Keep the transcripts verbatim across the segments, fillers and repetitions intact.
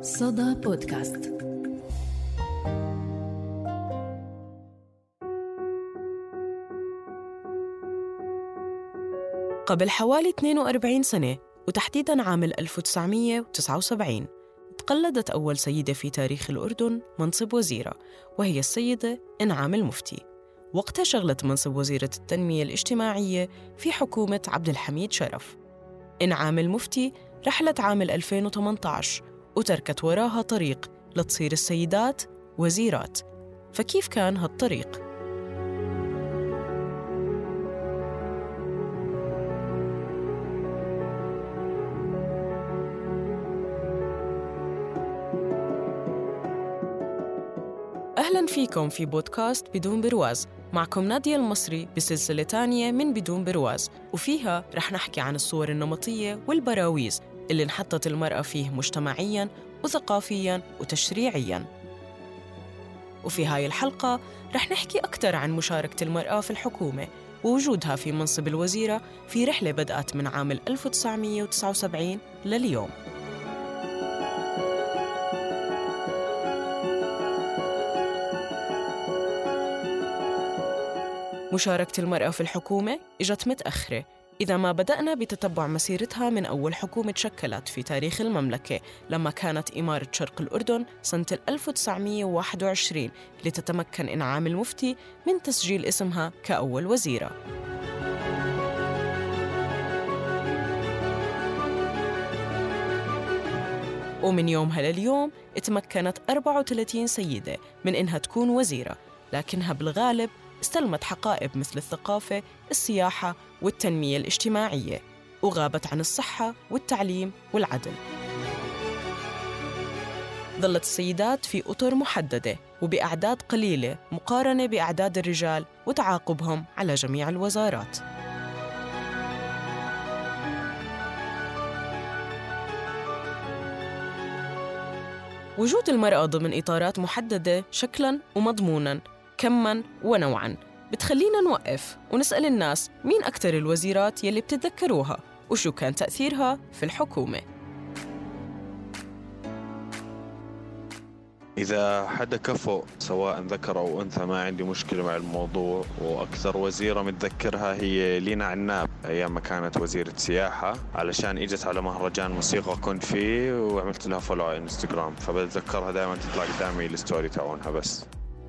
صدى بودكاست. قبل حوالي اثنين وأربعين سنة، وتحديداً عام ألف وتسعمية وتسعة وسبعين، تقلدت أول سيدة في تاريخ الأردن منصب وزيرة، وهي السيدة إنعام المفتي. وقتها شغلت منصب وزيرة التنمية الاجتماعية في حكومة عبد الحميد شرف. إنعام المفتي رحلت عام ألفين وثمانية عشر وتركت وراها طريق لتصير السيدات وزيرات. فكيف كان هالطريق؟ أهلاً فيكم في بودكاست بدون برواز. معكم نادية المصري بسلسلة تانية من بدون برواز، وفيها رح نحكي عن الصور النمطية والبراويز اللي انحطت المرأة فيه مجتمعياً وثقافياً وتشريعياً. وفي هاي الحلقة رح نحكي أكثر عن مشاركة المرأة في الحكومة ووجودها في منصب الوزيرة في رحلة بدأت من عام ألف وتسعمية وتسعة وسبعين لليوم. مشاركة المرأة في الحكومة إجت متأخرة إذا ما بدأنا بتتبع مسيرتها من أول حكومة تشكلت في تاريخ المملكة، لما كانت إمارة شرق الأردن سنة ألف وتسعمية وواحد وعشرين، لتتمكن إنعام المفتي من تسجيل اسمها كأول وزيرة. ومن يومها لليوم اتمكنت أربعة وثلاثين سيدة من إنها تكون وزيرة، لكنها بالغالب استلمت حقائب مثل الثقافة، السياحة والتنمية الاجتماعية، وغابت عن الصحة والتعليم والعدل. ظلت السيدات في أطر محددة وبأعداد قليلة مقارنة بأعداد الرجال وتعاقبهم على جميع الوزارات. وجود المرأة ضمن إطارات محددة شكلاً ومضموناً، كماً ونوعاً، بتخلينا نوقف ونسأل الناس مين أكتر الوزيرات يلي بتتذكروها وشو كان تأثيرها في الحكومة. إذا حدا كفؤ سواء ذكر أو أنثى ما عندي مشكلة مع الموضوع، وأكثر وزيرة متذكرها هي لينا عناب أيام ما كانت وزيرة سياحة، علشان إجت على مهرجان موسيقى كنت فيه وعملت لها فولو على إنستغرام، فبتذكرها دائما تطلع قدامي الستوري تاعونها. بس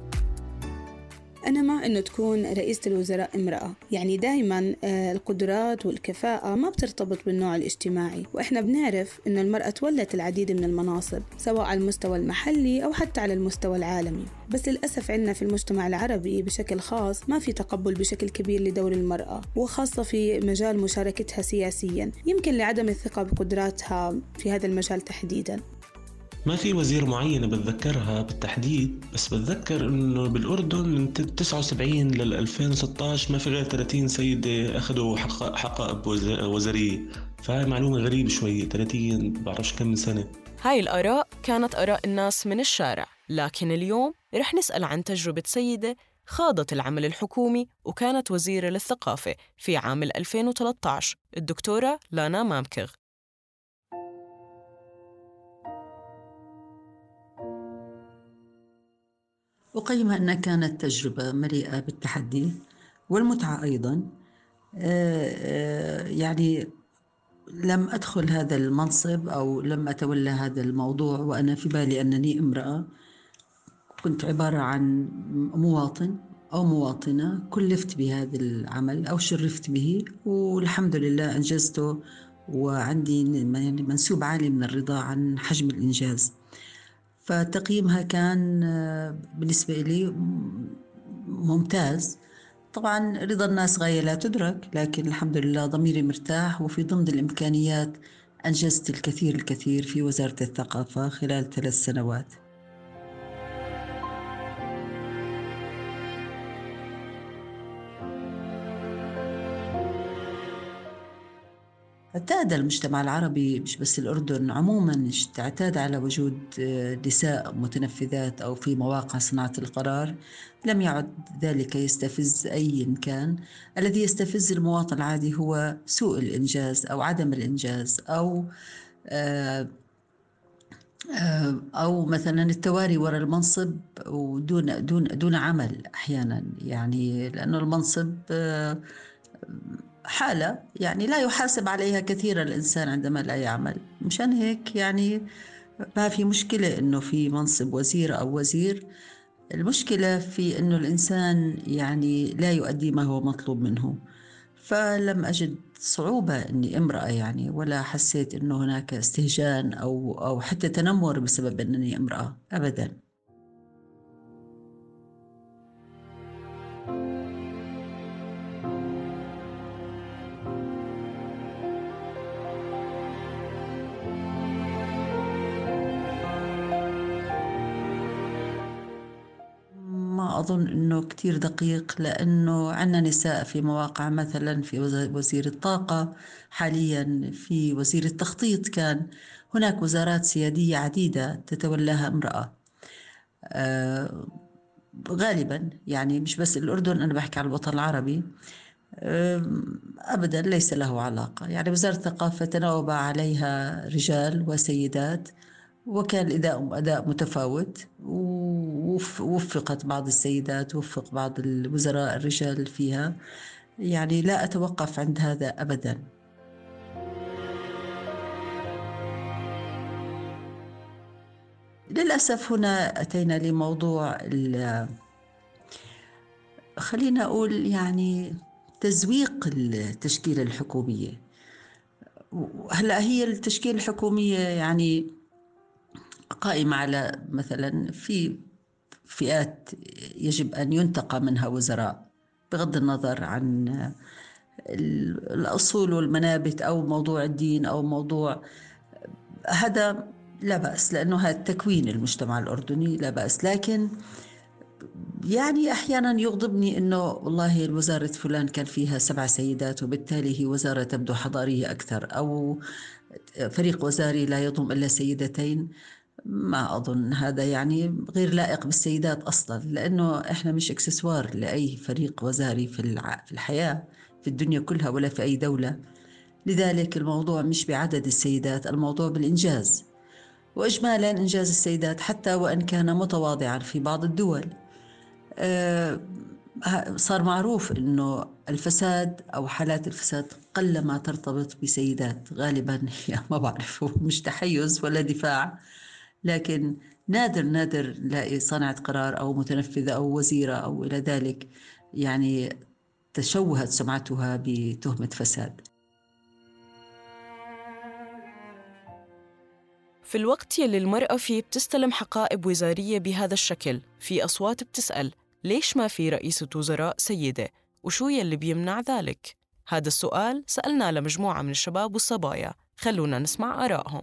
أنا مع أنه تكون رئيسة الوزراء امرأة، يعني دايماً القدرات والكفاءة ما بترتبط بالنوع الاجتماعي، وإحنا بنعرف أنه المرأة تولت العديد من المناصب سواء على المستوى المحلي أو حتى على المستوى العالمي. بس للأسف عندنا في المجتمع العربي بشكل خاص ما في تقبل بشكل كبير لدور المرأة، وخاصة في مجال مشاركتها سياسياً، يمكن لعدم الثقة بقدراتها في هذا المجال تحديداً. ما في وزير معينة بتذكرها بالتحديد، بس بتذكر إنه بالأردن من تسعة وسبعين لل ألفين وستة عشر ما في غير ثلاثين سيدة أخذوا حق حقائب وزارية. فهاي معلومة غريبة شوية، ثلاثين بعرفش كم سنة. هاي الآراء كانت آراء الناس من الشارع، لكن اليوم رح نسأل عن تجربة سيدة خاضت العمل الحكومي وكانت وزيرة للثقافة في عام ألفين وثلاثة عشر، الدكتورة لانا مامكغ. أقيمها أنها كانت تجربة مليئة بالتحدي والمتعة أيضاً. يعني لم أدخل هذا المنصب أو لم أتولى هذا الموضوع وأنا في بالي أنني امرأة. كنت عبارة عن مواطن أو مواطنة كلفت بهذا العمل أو شرفت به، والحمد لله أنجزته، وعندي يعني منسوب عالي من الرضا عن حجم الإنجاز. فتقييمها كان بالنسبة لي ممتاز. طبعا رضا الناس غاية لا تدرك، لكن الحمد لله ضميري مرتاح، وفي ضمن الإمكانيات أنجزت الكثير الكثير في وزارة الثقافة خلال ثلاث سنوات. اعتاد المجتمع العربي مش بس الأردن عموماً اعتاد على وجود نساء متنفذات أو في مواقع صناعة القرار. لم يعد ذلك يستفز أي كان. الذي يستفز المواطن العادي هو سوء الإنجاز أو عدم الإنجاز أو أو مثلا التواري وراء المنصب ودون دون دون عمل أحيانا، يعني لأنه المنصب حالة يعني لا يحاسب عليها كثيرا الإنسان عندما لا يعمل. مشان هيك يعني ما في مشكلة إنه في منصب وزير أو وزير، المشكلة في إنه الإنسان يعني لا يؤدي ما هو مطلوب منه. فلم أجد صعوبة إني امرأة يعني، ولا حسيت إنه هناك استهجان أو أو حتى تنمر بسبب إنني امرأة أبداً. ما أظن أنه كتير دقيق، لأنه عندنا نساء في مواقع، مثلا في وزير الطاقة حاليا، في وزير التخطيط، كان هناك وزارات سيادية عديدة تتولاها امرأة. آه غالبا يعني مش بس الأردن، أنا بحكي على الوطن العربي، آه أبدا ليس له علاقة. يعني وزارة الثقافة تناوب عليها رجال وسيدات، وكان الأداء أداء متفاوت، ووفقت بعض السيدات، وفق بعض الوزراء الرجال فيها. يعني لا أتوقف عند هذا أبدا. للأسف هنا أتينا لموضوع خلينا أقول يعني تزويق التشكيلة الحكومية. هلأ هي التشكيلة الحكومية يعني قائمة على مثلا في فئات يجب أن ينتقى منها وزراء بغض النظر عن الأصول والمنابت أو موضوع الدين أو موضوع هذا، لا بأس، لأنه هذا تكوين المجتمع الأردني، لا بأس. لكن يعني أحيانا يغضبني أنه والله الوزارة فلان كان فيها سبع سيدات وبالتالي هي وزارة تبدو حضارية أكثر، أو فريق وزاري لا يضم إلا سيدتين. ما أظن هذا يعني غير لائق بالسيدات أصلا، لأنه إحنا مش إكسسوار لأي فريق وزاري في في الحياة في الدنيا كلها ولا في أي دولة. لذلك الموضوع مش بعدد السيدات، الموضوع بالإنجاز، وإجمالا إنجاز السيدات حتى وإن كان متواضعا في بعض الدول. أه صار معروف أنه الفساد أو حالات الفساد قلما ترتبط بسيدات غالبا. هي ما بعرف، مش تحيز ولا دفاع، لكن نادر نادر نلاقي صانعة قرار أو متنفذة أو وزيرة أو إلى ذلك يعني تشوهت سمعتها بتهمة فساد. في الوقت يلي المرأة فيه بتستلم حقائب وزارية بهذا الشكل، في أصوات بتسأل ليش ما في رئيسة وزراء سيدة؟ وشو يلي بيمنع ذلك؟ هذا السؤال سألنا لمجموعة من الشباب والصبايا، خلونا نسمع آرائهم.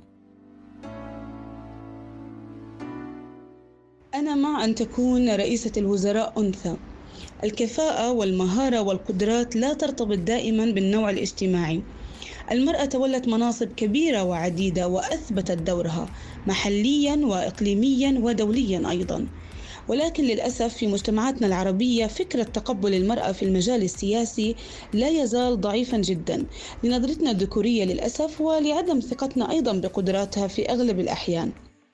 أنا مع أن تكون رئيسة الوزراء أنثى. الكفاءة والمهارة والقدرات لا ترتبط دائما بالنوع الاجتماعي. المرأة تولت مناصب كبيرة وعديدة وأثبتت دورها محليا وإقليميا ودوليا أيضا، ولكن للأسف في مجتمعاتنا العربية فكرة تقبل المرأة في المجال السياسي لا يزال ضعيفا جدا لنظرتنا الذكورية للأسف، ولعدم ثقتنا أيضا بقدراتها في أغلب الأحيان.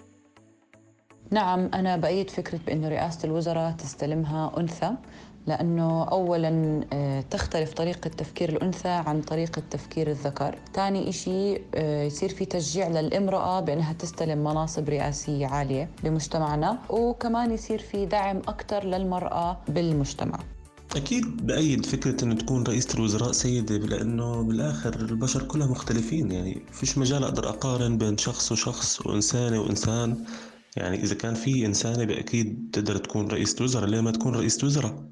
نعم، أنا بأيد فكرة بأنه رئاسة الوزراء تستلمها أنثى، لأنه أولاً تختلف طريقة تفكير الأنثى عن طريقة تفكير الذكر. ثاني إشي يصير في تشجيع للإمرأة بأنها تستلم مناصب رئاسية عالية بمجتمعنا، وكمان يصير في دعم أكتر للمرأة بالمجتمع. أكيد بأيد فكرة أن تكون رئيسة الوزراء سيدة، لأنه بالآخر البشر كلها مختلفين، يعني فيش مجال أقدر أقارن بين شخص وشخص وإنسانة وإنسان. يعني إذا كان في إنسانة بأكيد تقدر تكون رئيسة وزراء، ليه ما تكون رئيسة وزراء؟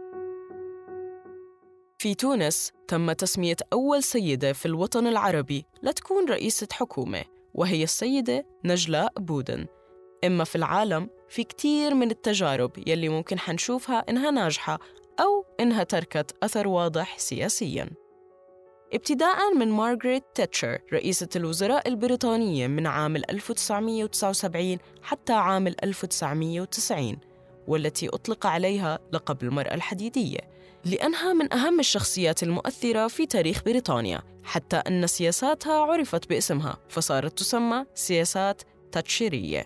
في تونس تم تسمية أول سيدة في الوطن العربي لتكون رئيسة حكومة، وهي السيدة نجلاء بودن. إما في العالم في كتير من التجارب يلي ممكن حنشوفها إنها ناجحة أو إنها تركت أثر واضح سياسياً، ابتداءً من مارغريت تاتشر رئيسة الوزراء البريطانية من عام ألف وتسعمائة وتسعة وسبعين حتى عام ألف وتسعمائة وتسعين، والتي أطلق عليها لقب المرأة الحديدية لأنها من أهم الشخصيات المؤثرة في تاريخ بريطانيا، حتى أن سياساتها عرفت باسمها فصارت تسمى سياسات تاتشيرية.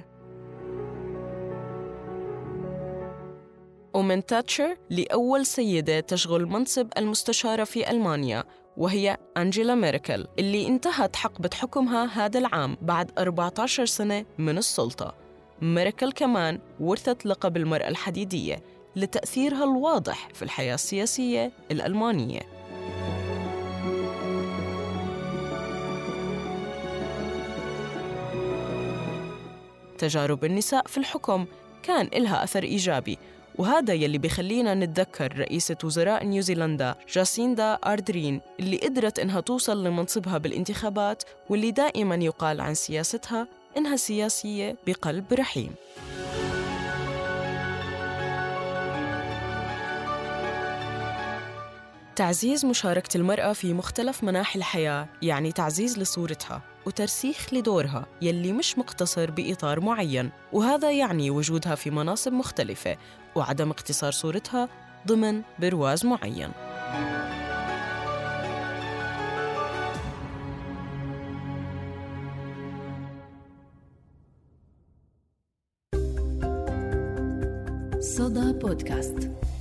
ومن تاتشر لأول سيدة تشغل منصب المستشارة في ألمانيا، وهي أنجيلا ميركل، اللي انتهت حقبة حكمها هذا العام بعد أربعة عشر سنة من السلطة. ميركل كمان ورثت لقب المرأة الحديدية لتأثيرها الواضح في الحياة السياسية الألمانية. تجارب النساء في الحكم كان إلها أثر إيجابي، وهذا يلي بيخلينا نتذكر رئيسة وزراء نيوزيلندا جاسيندا آردرين، اللي قدرت إنها توصل لمنصبها بالانتخابات، واللي دائماً يقال عن سياستها إنها سياسية بقلب رحيم. تعزيز مشاركة المرأة في مختلف مناحي الحياة يعني تعزيز لصورتها وترسيخ لدورها يلي مش مقتصر بإطار معين، وهذا يعني وجودها في مناصب مختلفة وعدم اقتصار صورتها ضمن برواز معين. صدى بودكاست.